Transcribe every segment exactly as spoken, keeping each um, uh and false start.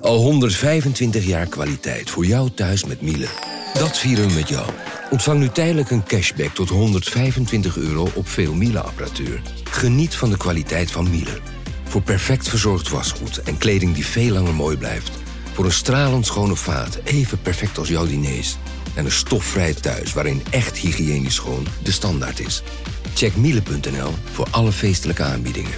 Al honderdvijfentwintig jaar kwaliteit voor jou thuis met Miele. Dat vieren we met jou. Ontvang nu tijdelijk een cashback tot honderdvijfentwintig euro op veel Miele-apparatuur. Geniet van de kwaliteit van Miele. Voor perfect verzorgd wasgoed en kleding die veel langer mooi blijft. Voor een stralend schone vaat, even perfect als jouw diners. En een stofvrij thuis waarin echt hygiënisch schoon de standaard is. Check miele punt n l voor alle feestelijke aanbiedingen.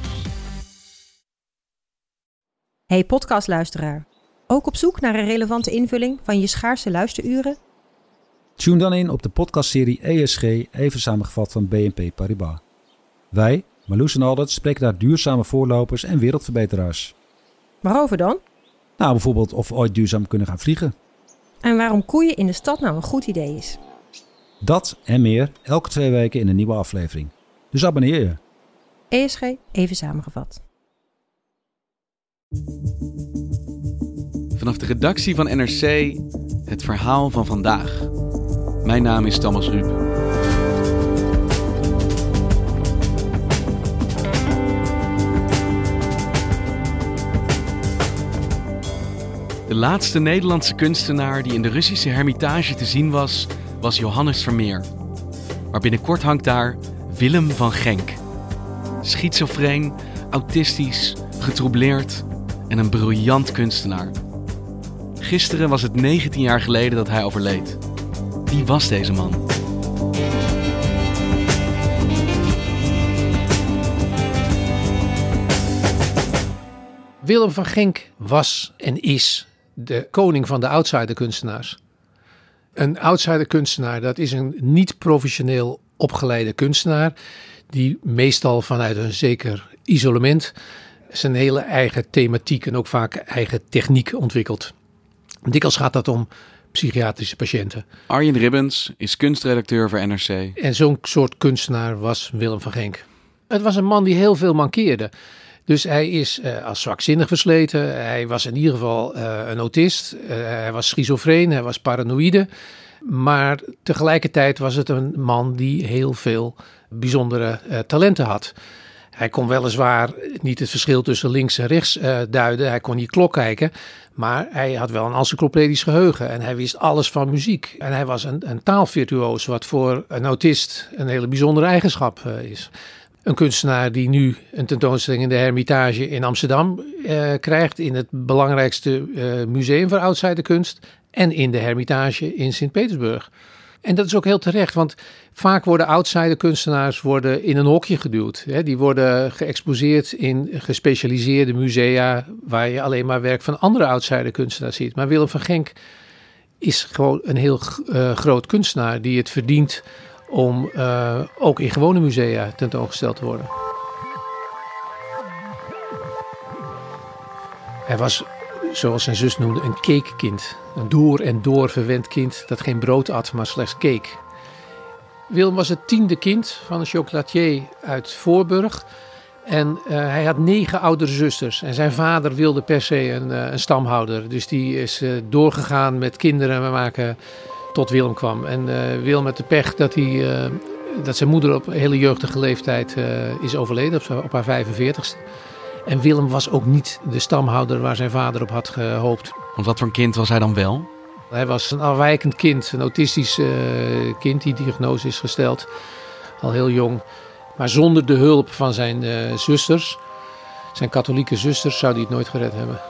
Hey podcastluisteraar. Ook op zoek naar een relevante invulling van je schaarse luisteruren? Tune dan in op de podcastserie E S G, even samengevat van B N P Paribas. Wij, Marloes en Aldert, spreken daar duurzame voorlopers en wereldverbeteraars. Waarover dan? Nou, bijvoorbeeld of we ooit duurzaam kunnen gaan vliegen. En waarom koeien in de stad nou een goed idee is. Dat en meer elke twee weken in een nieuwe aflevering. Dus abonneer je. E S G, even samengevat. Vanaf de redactie van N R C, het verhaal van vandaag. Mijn naam is Thomas Ruip. De laatste Nederlandse kunstenaar die in de Russische Hermitage te zien was, was Johannes Vermeer. Maar binnenkort hangt daar Willem van Genk. Schizofreen, autistisch, getroubleerd en een briljant kunstenaar. Gisteren was het negentien jaar geleden dat hij overleed. Wie was deze man? Willem van Genk was en is de koning van de outsider-kunstenaars. Een outsider-kunstenaar, dat is een niet-professioneel opgeleide kunstenaar die meestal vanuit een zeker isolement zijn hele eigen thematiek en ook vaak eigen techniek ontwikkelt. Dikwijls gaat dat om psychiatrische patiënten. Arjen Ribbens is kunstredacteur voor N R C. En zo'n soort kunstenaar was Willem van Genk. Het was een man die heel veel mankeerde. Dus hij is uh, als zwakzinnig versleten. Hij was in ieder geval uh, een autist. Uh, hij was schizofreen, hij was paranoïde. Maar tegelijkertijd was het een man die heel veel bijzondere uh, talenten had. Hij kon weliswaar niet het verschil tussen links en rechts uh, duiden. Hij kon niet klok kijken. Maar hij had wel een encyclopedisch geheugen. En hij wist alles van muziek. En hij was een, een taalvirtuoos. Wat voor een autist een hele bijzondere eigenschap uh, is. Een kunstenaar die nu een tentoonstelling in de Hermitage in Amsterdam uh, krijgt. In het belangrijkste uh, museum voor outsiderkunst. En in de Hermitage in Sint-Petersburg. En dat is ook heel terecht, want vaak worden outsider-kunstenaars worden in een hokje geduwd. Hè. Die worden geëxposeerd in gespecialiseerde musea waar je alleen maar werk van andere outsider-kunstenaars ziet. Maar Willem van Genk is gewoon een heel uh, groot kunstenaar die het verdient om uh, ook in gewone musea tentoongesteld te worden. Hij was, zoals zijn zus noemde, een cakekind. Een door en door verwend kind dat geen brood at, maar slechts cake. Willem was het tiende kind van een chocolatier uit Voorburg. En uh, hij had negen oudere zusters. En zijn vader wilde per se een, uh, een stamhouder. Dus die is uh, doorgegaan met kinderen maken tot Willem kwam. En uh, Willem met de pech dat, hij, uh, dat zijn moeder op een hele jeugdige leeftijd uh, is overleden, op, op haar vijfenveertigste. En Willem was ook niet de stamhouder waar zijn vader op had gehoopt. Want wat voor een kind was hij dan wel? Hij was een afwijkend kind, een autistisch uh, kind die diagnose is gesteld, al heel jong. Maar zonder de hulp van zijn uh, zusters, zijn katholieke zusters, zou hij het nooit gered hebben.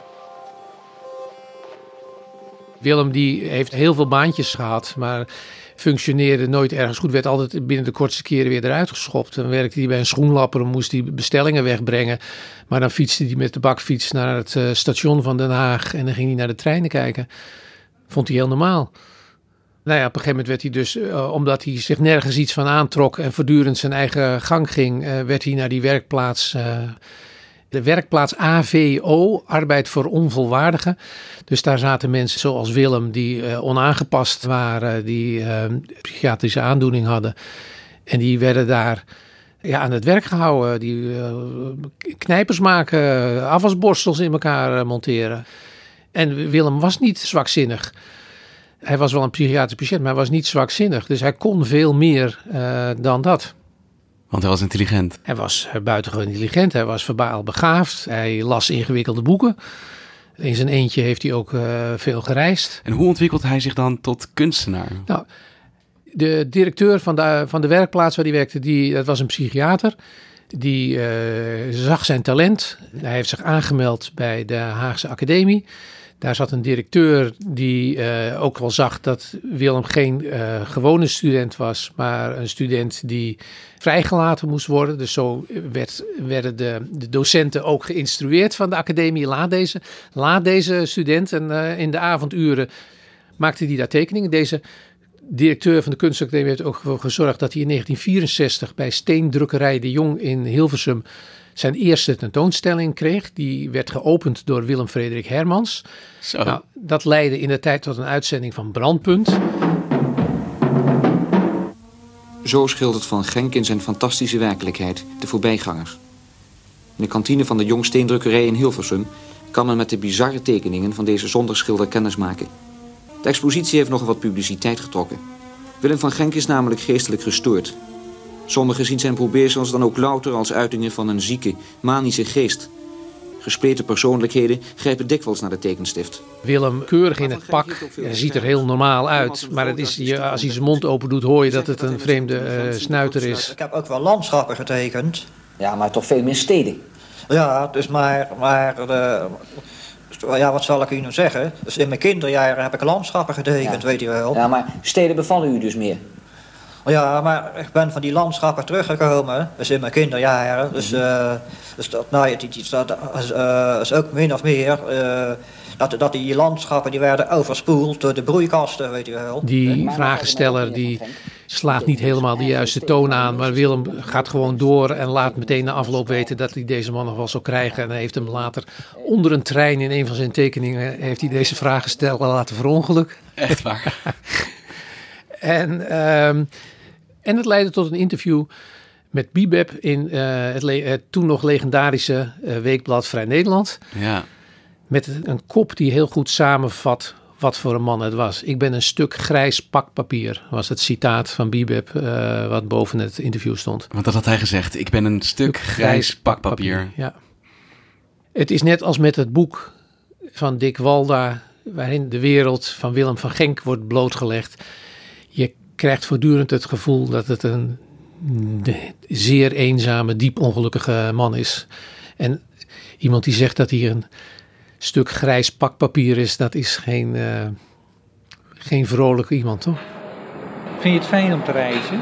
Willem die heeft heel veel baantjes gehad, maar functioneerde nooit ergens goed. Werd altijd binnen de kortste keren weer eruit geschopt. Dan werkte hij bij een schoenlapper en moest hij bestellingen wegbrengen. Maar dan fietste hij met de bakfiets naar het uh, station van Den Haag en dan ging hij naar de treinen kijken. Vond hij heel normaal. Nou ja, op een gegeven moment werd hij dus, uh, omdat hij zich nergens iets van aantrok en voortdurend zijn eigen gang ging, uh, werd hij naar die werkplaats, uh, de werkplaats A V O, Arbeid voor Onvolwaardigen. Dus daar zaten mensen zoals Willem die uh, onaangepast waren, die uh, psychiatrische aandoening hadden. En die werden daar ja, aan het werk gehouden, die uh, knijpers maken, afwasborstels in elkaar uh, monteren. En Willem was niet zwakzinnig. Hij was wel een psychiatrisch patiënt, maar hij was niet zwakzinnig. Dus hij kon veel meer uh, dan dat. Want hij was intelligent. Hij was buitengewoon intelligent, hij was verbaal begaafd. Hij las ingewikkelde boeken. In zijn eentje heeft hij ook uh, veel gereisd. En hoe ontwikkelt hij zich dan tot kunstenaar? Nou, de directeur van de, van de werkplaats waar hij werkte, die, dat was een psychiater. Die uh, zag zijn talent. Hij heeft zich aangemeld bij de Haagse Academie. Daar zat een directeur die uh, ook wel zag dat Willem geen uh, gewone student was, maar een student die vrijgelaten moest worden. Dus zo werd, werden de, de docenten ook geïnstrueerd van de academie. Laat deze, laat deze student. En uh, in de avonduren maakte hij daar tekeningen. Deze directeur van de kunstacademie heeft ook voor gezorgd dat hij in negentien vierenzestig bij Steendrukkerij de Jong in Hilversum zijn eerste tentoonstelling kreeg. Die werd geopend door Willem Frederik Hermans. Zo. Nou, dat leidde in de tijd tot een uitzending van Brandpunt. Zo schildert Van Genk in zijn fantastische werkelijkheid de voorbijgangers. In de kantine van de Jong Steendrukkerij in Hilversum kan men met de bizarre tekeningen van deze zonderschilder kennis maken. De expositie heeft nogal wat publiciteit getrokken. Willem van Genk is namelijk geestelijk gestoord. Sommigen zien zijn probeersels dan ook louter als uitingen van een zieke, manische geest. Gespleten persoonlijkheden grijpen dikwijls naar de tekenstift. Willem, keurig in het pak, hij ziet er heel normaal uit. Maar het is, als hij zijn mond open doet, hoor je dat het een vreemde uh, snuiter is. Ik heb ook wel landschappen getekend. Ja, maar toch veel meer steden. Ja, dus maar... maar de, ja, wat zal ik u nou zeggen? Dus in mijn kinderjaren heb ik landschappen getekend, ja. Weet u wel. Ja, maar steden bevallen u dus meer? Ja, maar ik ben van die landschappen teruggekomen, dus in mijn kinderjaren. Dus, uh, dus dat, nou, dat, dat is, uh, is ook min of meer uh, dat, dat die landschappen die werden overspoeld door de broeikasten, weet je wel. Die vragensteller die slaat niet helemaal de juiste toon aan, maar Willem gaat gewoon door en laat meteen na afloop weten dat hij deze man nog wel zou krijgen. En hij heeft hem later onder een trein in een van zijn tekeningen heeft hij deze vragensteller laten verongelukken. Echt waar. en... Um, En het leidde tot een interview met Bibeb in uh, het, le- het toen nog legendarische uh, weekblad Vrij Nederland. Ja. Met een kop die heel goed samenvat wat voor een man het was. Ik ben een stuk grijs pak papier, was het citaat van Bibeb uh, wat boven het interview stond. Want dat had hij gezegd, ik ben een stuk grijs pak papier. Ja. Het is net als met het boek van Dick Walda, waarin de wereld van Willem van Genk wordt blootgelegd. Je krijgt voortdurend het gevoel dat het een zeer eenzame, diep ongelukkige man is. En iemand die zegt dat hij een stuk grijs pakpapier is, dat is geen, uh, geen vrolijk iemand, toch? Vind je het fijn om te reizen?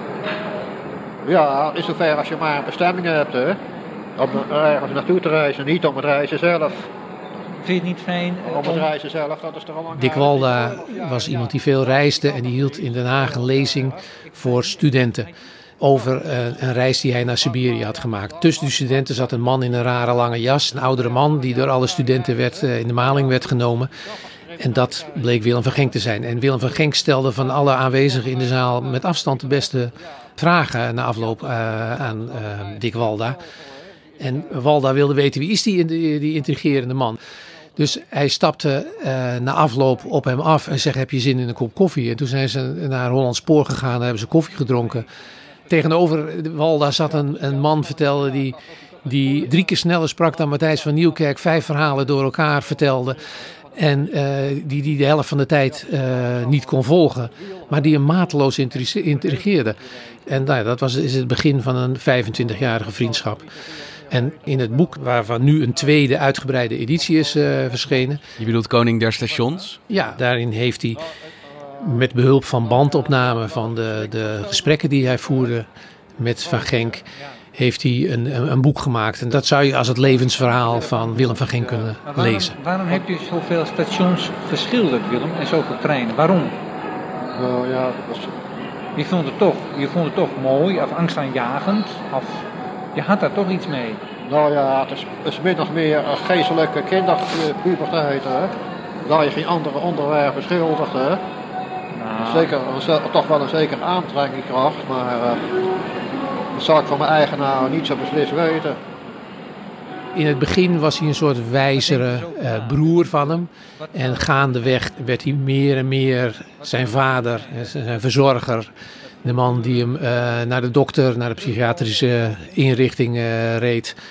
Ja, is zover als je maar een bestemming hebt, hè. Om ergens naartoe te reizen, niet om het reizen zelf. Vind je het niet fijn? Om het reizen zelf, dat is toch al lang. Dick Walda was iemand die veel reisde en die hield in Den Haag een lezing voor studenten over een reis die hij naar Siberië had gemaakt. Tussen de studenten zat een man in een rare lange jas, een oudere man die door alle studenten werd, in de maling werd genomen. En dat bleek Willem van Genk te zijn. En Willem van Genk stelde van alle aanwezigen in de zaal met afstand de beste vragen na afloop uh, aan uh, Dick Walda. En Walda wilde weten, wie is die, die intrigerende man? Dus hij stapte uh, na afloop op hem af en zei, heb je zin in een kop koffie? En toen zijn ze naar Holland Spoor gegaan en hebben ze koffie gedronken. Tegenover Walda zat een, een man, vertelde, die, die drie keer sneller sprak dan Matthijs van Nieuwkerk, vijf verhalen door elkaar vertelde. En uh, die, die de helft van de tijd uh, niet kon volgen, maar die hem mateloos intrigeerde. En nou, dat was, is het begin van een vijfentwintigjarige vriendschap. En in het boek, waarvan nu een tweede uitgebreide editie is uh, verschenen. Je bedoelt Koning der Stations? Ja, daarin heeft hij met behulp van bandopname van de, de gesprekken die hij voerde met Van Genk, heeft hij een, een, een boek gemaakt. En dat zou je als het levensverhaal van Willem van Genk kunnen waarom, lezen. Waarom heb je zoveel stations geschilderd, Willem, en zoveel treinen? Waarom? Nou ja, dat was... Je vond het toch, je vond het toch mooi of angstaanjagend? Of je had daar toch iets mee? Nou ja, het is, het is min of meer een geestelijke kinderpuberteit, hè. Daar je geen andere onderwerpen schildert, hè. Nou. Zeker, een, toch wel een zekere aantrekkingskracht, maar uh, dat zou ik van mijn eigen nou niet zo beslist weten. In het begin was hij een soort wijzere uh, broer van hem. En gaandeweg werd hij meer en meer zijn vader, zijn verzorger. De man die hem uh, naar de dokter, naar de psychiatrische inrichting uh, reed.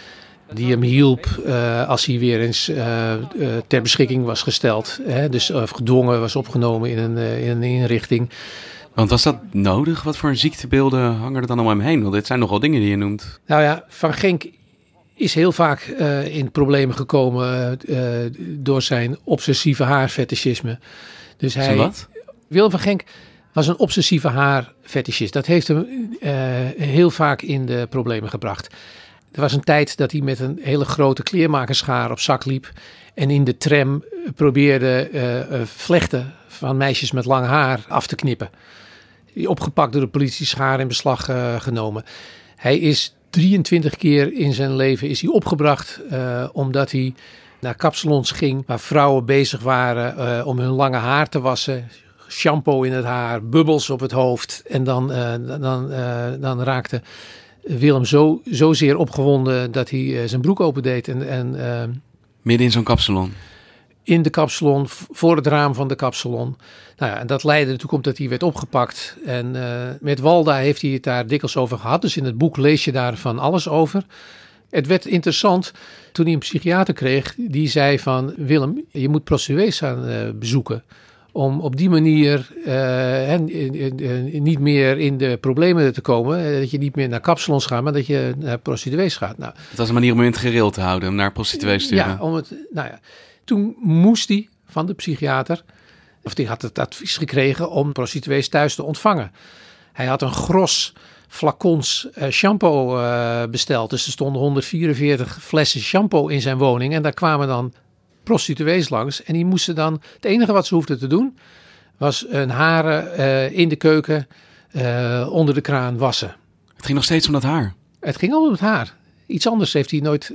Die hem hielp uh, als hij weer eens uh, uh, ter beschikking was gesteld. Hè? Dus uh, gedwongen was opgenomen in een, uh, in een inrichting. Want was dat nodig? Wat voor ziektebeelden hangen er dan om hem heen? Want dit zijn nogal dingen die je noemt. Nou ja, Van Genk is heel vaak uh, in problemen gekomen uh, door zijn obsessieve haarfetischisme. Dus hij, wat? Willem van Genk was een obsessieve haarfetischist. Dat heeft hem uh, heel vaak in de problemen gebracht. Er was een tijd dat hij met een hele grote kleermakerschaar op zak liep en in de tram probeerde uh, vlechten van meisjes met lang haar af te knippen. Opgepakt door de politie, schaar in beslag uh, genomen. Hij is drieëntwintig keer in zijn leven is hij opgebracht uh, omdat hij naar kapsalons ging waar vrouwen bezig waren uh, om hun lange haar te wassen. Shampoo in het haar, bubbels op het hoofd. En dan, uh, dan, uh, dan raakte Willem zo, zozeer opgewonden dat hij uh, zijn broek opendeed. En, en, uh, Midden in zo'n kapsalon? In de kapsalon, voor het raam van de kapsalon. Nou ja, en dat leidde ertoe komt dat hij werd opgepakt. En uh, met Walda heeft hij het daar dikwijls over gehad. Dus in het boek lees je daar van alles over. Het werd interessant toen hij een psychiater kreeg. Die zei van Willem, je moet prostituees gaan uh, bezoeken. Om op die manier uh, en, en, en, niet meer in de problemen te komen. Dat je niet meer naar kapsalons gaat, maar dat je naar prostituees gaat. Nou, dat was een manier om hem in het gereel te houden, om naar prostituees te sturen. Ja, om het, nou ja. Toen moest hij van de psychiater, of die had het advies gekregen om prostituees thuis te ontvangen. Hij had een gros flacons uh, shampoo uh, besteld. Dus er stonden honderdvierenveertig flessen shampoo in zijn woning. En daar kwamen dan prostituees langs. En die moesten dan, het enige wat ze hoefden te doen, was hun haren uh, in de keuken uh, onder de kraan wassen. Het ging nog steeds om dat haar? Het ging om het haar. Iets anders heeft hij nooit...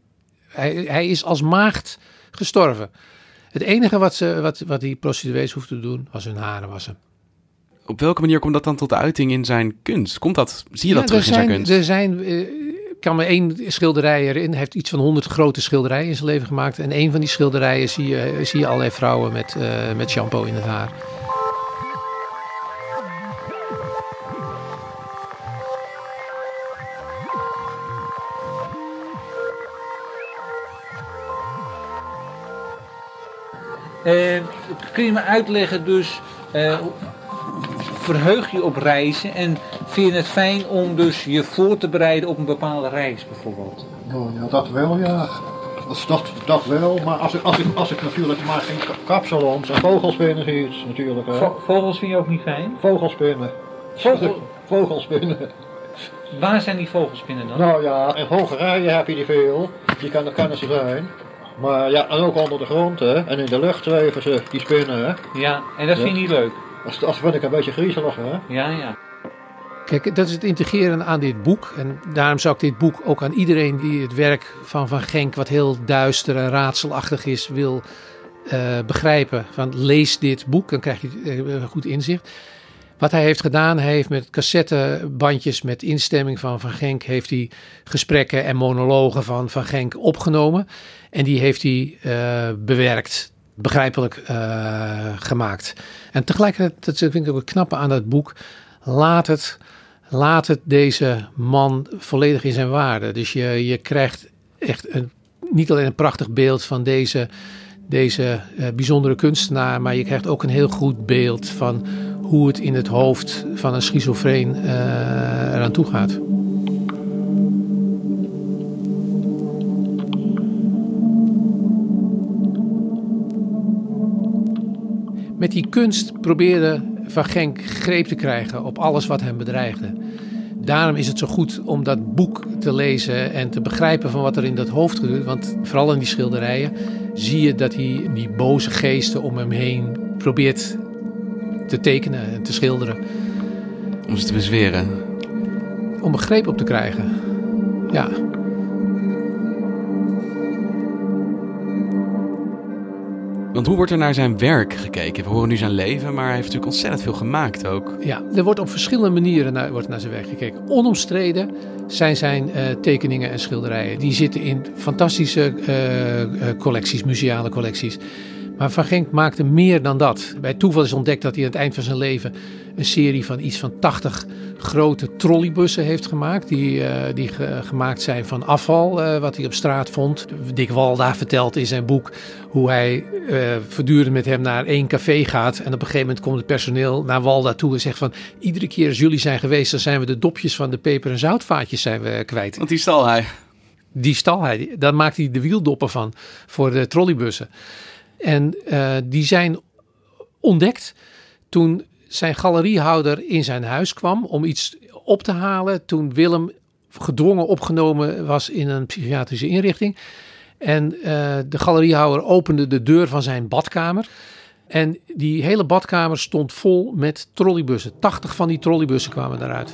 Hij, hij is als maagd gestorven. Het enige wat, ze, wat, wat die prostituees hoefden te doen, was hun haren wassen. Op welke manier komt dat dan tot uiting in zijn kunst? Komt dat, zie je dat ja, terug in zijn, zijn kunst? Er zijn, uh, kan maar één schilderij erin. Hij heeft iets van honderd grote schilderijen in zijn leven gemaakt. En één van die schilderijen zie je, zie je allerlei vrouwen met, uh, met shampoo in het haar. Uh, kun je me uitleggen dus, uh, verheug je op reizen en vind je het fijn om dus je voor te bereiden op een bepaalde reis bijvoorbeeld? Oh, ja, dat wel, ja. Dat, dat, dat wel, maar als ik, als, ik, als ik natuurlijk maar geen kapsalons en vogelspinnen zie, natuurlijk. Hè. Vo- vogels vind je ook niet fijn? Vogelspinnen. Vogel... Vogelspinnen. Waar zijn die vogelspinnen dan? Nou ja, in Hongarije heb je die veel, die kan, kunnen ze zijn. Maar ja, en ook onder de grond, hè. En in de lucht zweven ze, die spinnen, hè. Ja, en dat ja. vind je niet leuk? Dat, dat vind ik een beetje griezelig, hè. Ja, ja. Kijk, dat is het integreren aan dit boek. En daarom zou ik dit boek ook aan iedereen die het werk van Van Genk, wat heel duister en raadselachtig is, wil uh, begrijpen. Van lees dit boek, dan krijg je uh, goed inzicht. Wat hij heeft gedaan, hij heeft met cassettebandjes met instemming van Van Genk, heeft hij gesprekken en monologen van Van Genk opgenomen. En die heeft hij uh, bewerkt, begrijpelijk uh, gemaakt. En tegelijkertijd, dat vind ik ook het knappe aan dat boek, laat het, laat het deze man volledig in zijn waarde. Dus je, je krijgt echt een, niet alleen een prachtig beeld van deze, deze uh, bijzondere kunstenaar, maar je krijgt ook een heel goed beeld van hoe het in het hoofd van een schizofreen uh, eraan toe gaat. Met die kunst probeerde Van Genk greep te krijgen op alles wat hem bedreigde. Daarom is het zo goed om dat boek te lezen en te begrijpen van wat er in dat hoofd gebeurt. Want vooral in die schilderijen zie je dat hij die boze geesten om hem heen probeert te tekenen en te schilderen. Om ze te bezweren? Om een greep op te krijgen, ja. Want hoe wordt er naar zijn werk gekeken? We horen nu zijn leven, maar hij heeft natuurlijk ontzettend veel gemaakt ook. Ja, er wordt op verschillende manieren naar, wordt naar zijn werk gekeken. Onomstreden zijn zijn uh, tekeningen en schilderijen. Die zitten in fantastische uh, uh, collecties, museale collecties. Maar Van Genk maakte meer dan dat. Bij toeval is ontdekt dat hij aan het eind van zijn leven een serie van iets van tachtig grote trolleybussen heeft gemaakt. Die, uh, die ge- gemaakt zijn van afval, uh, wat hij op straat vond. Dick Walda vertelt in zijn boek hoe hij uh, voortdurend met hem naar één café gaat. En op een gegeven moment komt het personeel naar Walda toe en zegt van... iedere keer als jullie zijn geweest, dan zijn we de dopjes van de peper- en zoutvaatjes zijn we kwijt. Want die stal hij. Die stal hij. Daar maakt hij de wieldoppen van voor de trolleybussen. En uh, die zijn ontdekt toen zijn galeriehouder in zijn huis kwam om iets op te halen. Toen Willem gedwongen opgenomen was in een psychiatrische inrichting. En uh, de galeriehouder opende de deur van zijn badkamer. En die hele badkamer stond vol met trolleybussen. tachtig van die trolleybussen kwamen daaruit.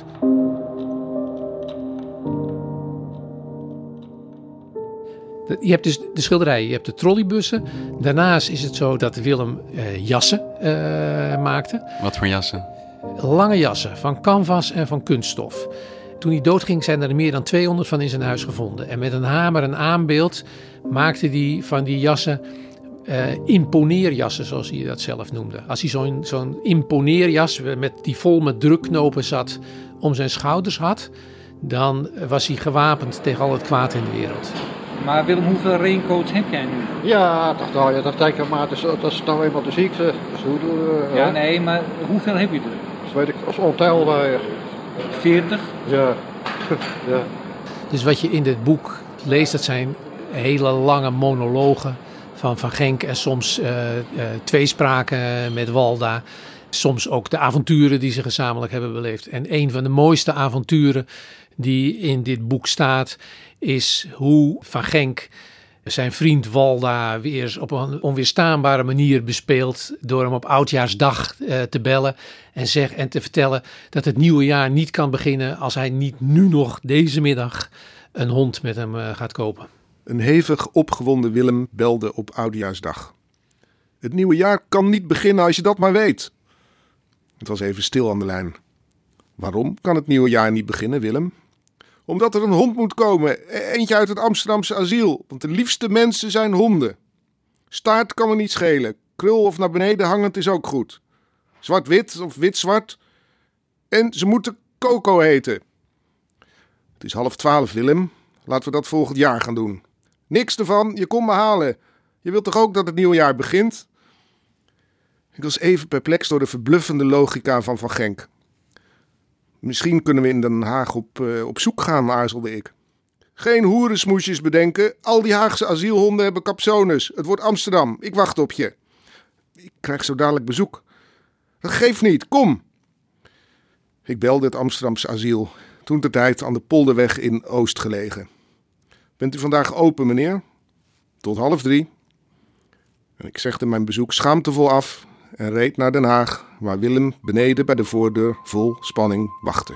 Je hebt dus de schilderijen, je hebt de trolleybussen. Daarnaast is het zo dat Willem uh, jassen uh, maakte. Wat voor jassen? Lange jassen van canvas en van kunststof. Toen hij doodging zijn er meer dan tweehonderd van in zijn huis gevonden. En met een hamer en aanbeeld maakte hij van die jassen uh, imponeerjassen, zoals hij dat zelf noemde. Als hij zo'n, zo'n imponeerjas met, die vol met drukknopen zat om zijn schouders had, dan was hij gewapend tegen al het kwaad in de wereld. Maar Willem, hoeveel raincoats heb jij nu? Ja, dat, nou, ja, dat denk ik maar, dat is, dat is nou eenmaal de ziekte. Dus hoe doe, uh, ja, nee, maar hoeveel heb je er? Dat weet ik, dat is ontelbaar. veertig? Ja. ja. Dus wat je in dit boek leest, dat zijn hele lange monologen van Van Genk en soms uh, uh, tweespraken met Walda. Soms ook de avonturen die ze gezamenlijk hebben beleefd. En een van de mooiste avonturen die in dit boek staat, is hoe Van Genk zijn vriend Walda weer op een onweerstaanbare manier bespeelt door hem op oudjaarsdag uh, te bellen en, zeg, en te vertellen dat het nieuwe jaar niet kan beginnen als hij niet nu nog deze middag een hond met hem uh, gaat kopen. Een hevig opgewonden Willem belde op oudjaarsdag. Het nieuwe jaar kan niet beginnen als je dat maar weet. Het was even stil aan de lijn. Waarom kan het nieuwe jaar niet beginnen, Willem? Omdat er een hond moet komen, eentje uit het Amsterdamse asiel, want de liefste mensen zijn honden. Staart kan me niet schelen, krul of naar beneden hangend is ook goed. Zwart-wit of wit-zwart. En ze moeten Coco heten. Het is half twaalf, Willem. Laten we dat volgend jaar gaan doen. Niks ervan, je komt me halen. Je wilt toch ook dat het nieuwe jaar begint? Ik was even perplex door de verbluffende logica van Van Genk. Misschien kunnen we in Den Haag op, uh, op zoek gaan, aarzelde ik. Geen hoerensmoesjes bedenken. Al die Haagse asielhonden hebben capsones. Het wordt Amsterdam. Ik wacht op je. Ik krijg zo dadelijk bezoek. Dat geeft niet. Kom. Ik belde het Amsterdamse asiel. Toen de tijd aan de Polderweg in Oost gelegen. Bent u vandaag open, meneer? Tot half drie. En ik zegde mijn bezoek schaamtevol af en reed naar Den Haag, waar Willem beneden bij de voordeur vol spanning wachtte.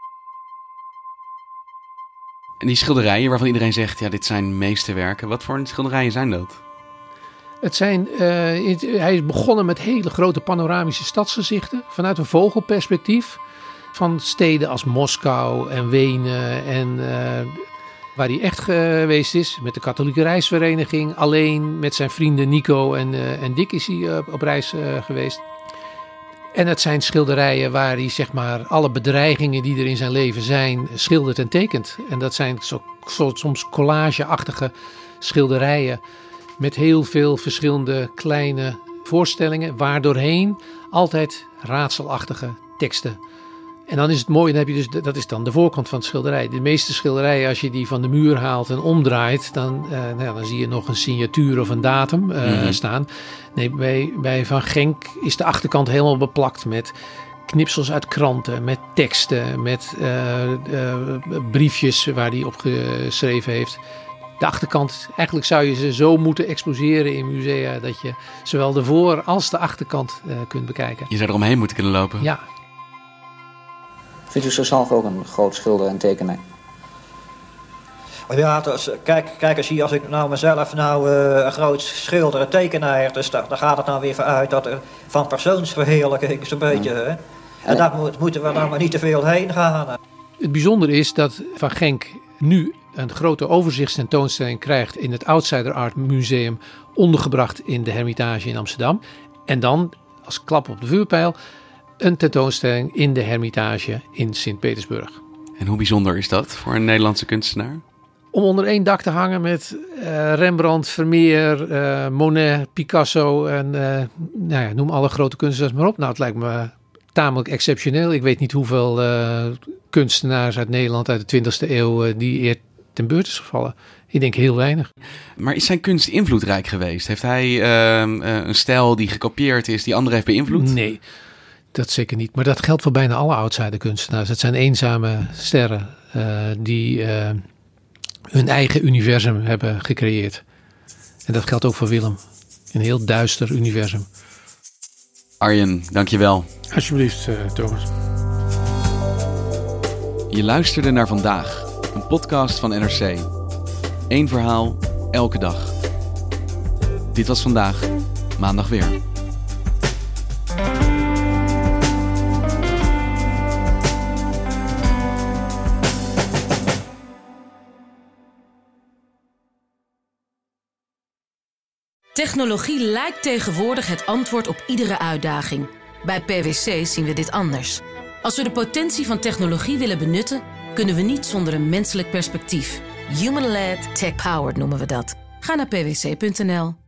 En die schilderijen waarvan iedereen zegt, ja, dit zijn meesterwerken. Wat voor schilderijen zijn dat? Het zijn, uh, het, hij is begonnen met hele grote panoramische stadsgezichten vanuit een vogelperspectief. Van steden als Moskou en Wenen en uh, waar hij echt geweest is met de katholieke reisvereniging. Alleen met zijn vrienden Nico en, uh, en Dick is hij uh, op reis uh, geweest. En het zijn schilderijen waar hij zeg maar alle bedreigingen die er in zijn leven zijn schildert en tekent. En dat zijn zo, zo, soms collageachtige schilderijen met heel veel verschillende kleine voorstellingen. Waardoorheen altijd raadselachtige teksten. En dan is het mooi, dan heb je dus, dat is dan de voorkant van het schilderij. De meeste schilderijen, als je die van de muur haalt en omdraait, dan, uh, nou ja, dan zie je nog een signatuur of een datum uh, mm-hmm. staan. Nee, bij, bij Van Genk is de achterkant helemaal beplakt met knipsels uit kranten, met teksten, met uh, uh, briefjes waar hij op geschreven heeft. De achterkant, eigenlijk zou je ze zo moeten exposeren in musea dat je zowel de voor- als de achterkant uh, kunt bekijken. Je zou eromheen moeten kunnen lopen. Ja. Vindt u zichzelf ook een groot schilder en tekenaar? Ja, dus, kijk, kijk eens hier, als ik nou mezelf nou uh, een groot schilder en tekenaar, dus daar, daar gaat het nou weer van uit dat er van persoonsverheerlijking zo'n beetje, hè? En ja. Daar moet, moeten we nou maar niet te veel heen gaan. Het bijzondere is dat Van Genk nu een grote overzichtstentoonstelling krijgt in het Outsider Art Museum, ondergebracht in de Hermitage in Amsterdam. En dan, als klap op de vuurpijl, een tentoonstelling in de Hermitage in Sint-Petersburg. En hoe bijzonder is dat voor een Nederlandse kunstenaar? Om onder één dak te hangen met uh, Rembrandt, Vermeer, uh, Monet, Picasso en uh, nou ja, noem alle grote kunstenaars maar op. Nou, het lijkt me tamelijk exceptioneel. Ik weet niet hoeveel uh, kunstenaars uit Nederland uit de twintigste eeuw uh, die eer ten beurt is gevallen. Ik denk heel weinig. Maar is zijn kunst invloedrijk geweest? Heeft hij uh, een stijl die gekopieerd is, die anderen heeft beïnvloed? Nee, dat zeker niet. Maar dat geldt voor bijna alle outsider kunstenaars. Het zijn eenzame sterren uh, die uh, hun eigen universum hebben gecreëerd. En dat geldt ook voor Willem. Een heel duister universum. Arjen, dankjewel. Alsjeblieft, uh, Thomas. Je luisterde naar Vandaag, een podcast van N R C. Eén verhaal, elke dag. Dit was Vandaag, maandag weer. Technologie lijkt tegenwoordig het antwoord op iedere uitdaging. Bij P W C zien we dit anders. Als we de potentie van technologie willen benutten, kunnen we niet zonder een menselijk perspectief. Human-led, tech-powered noemen we dat. Ga naar p w c punt n l.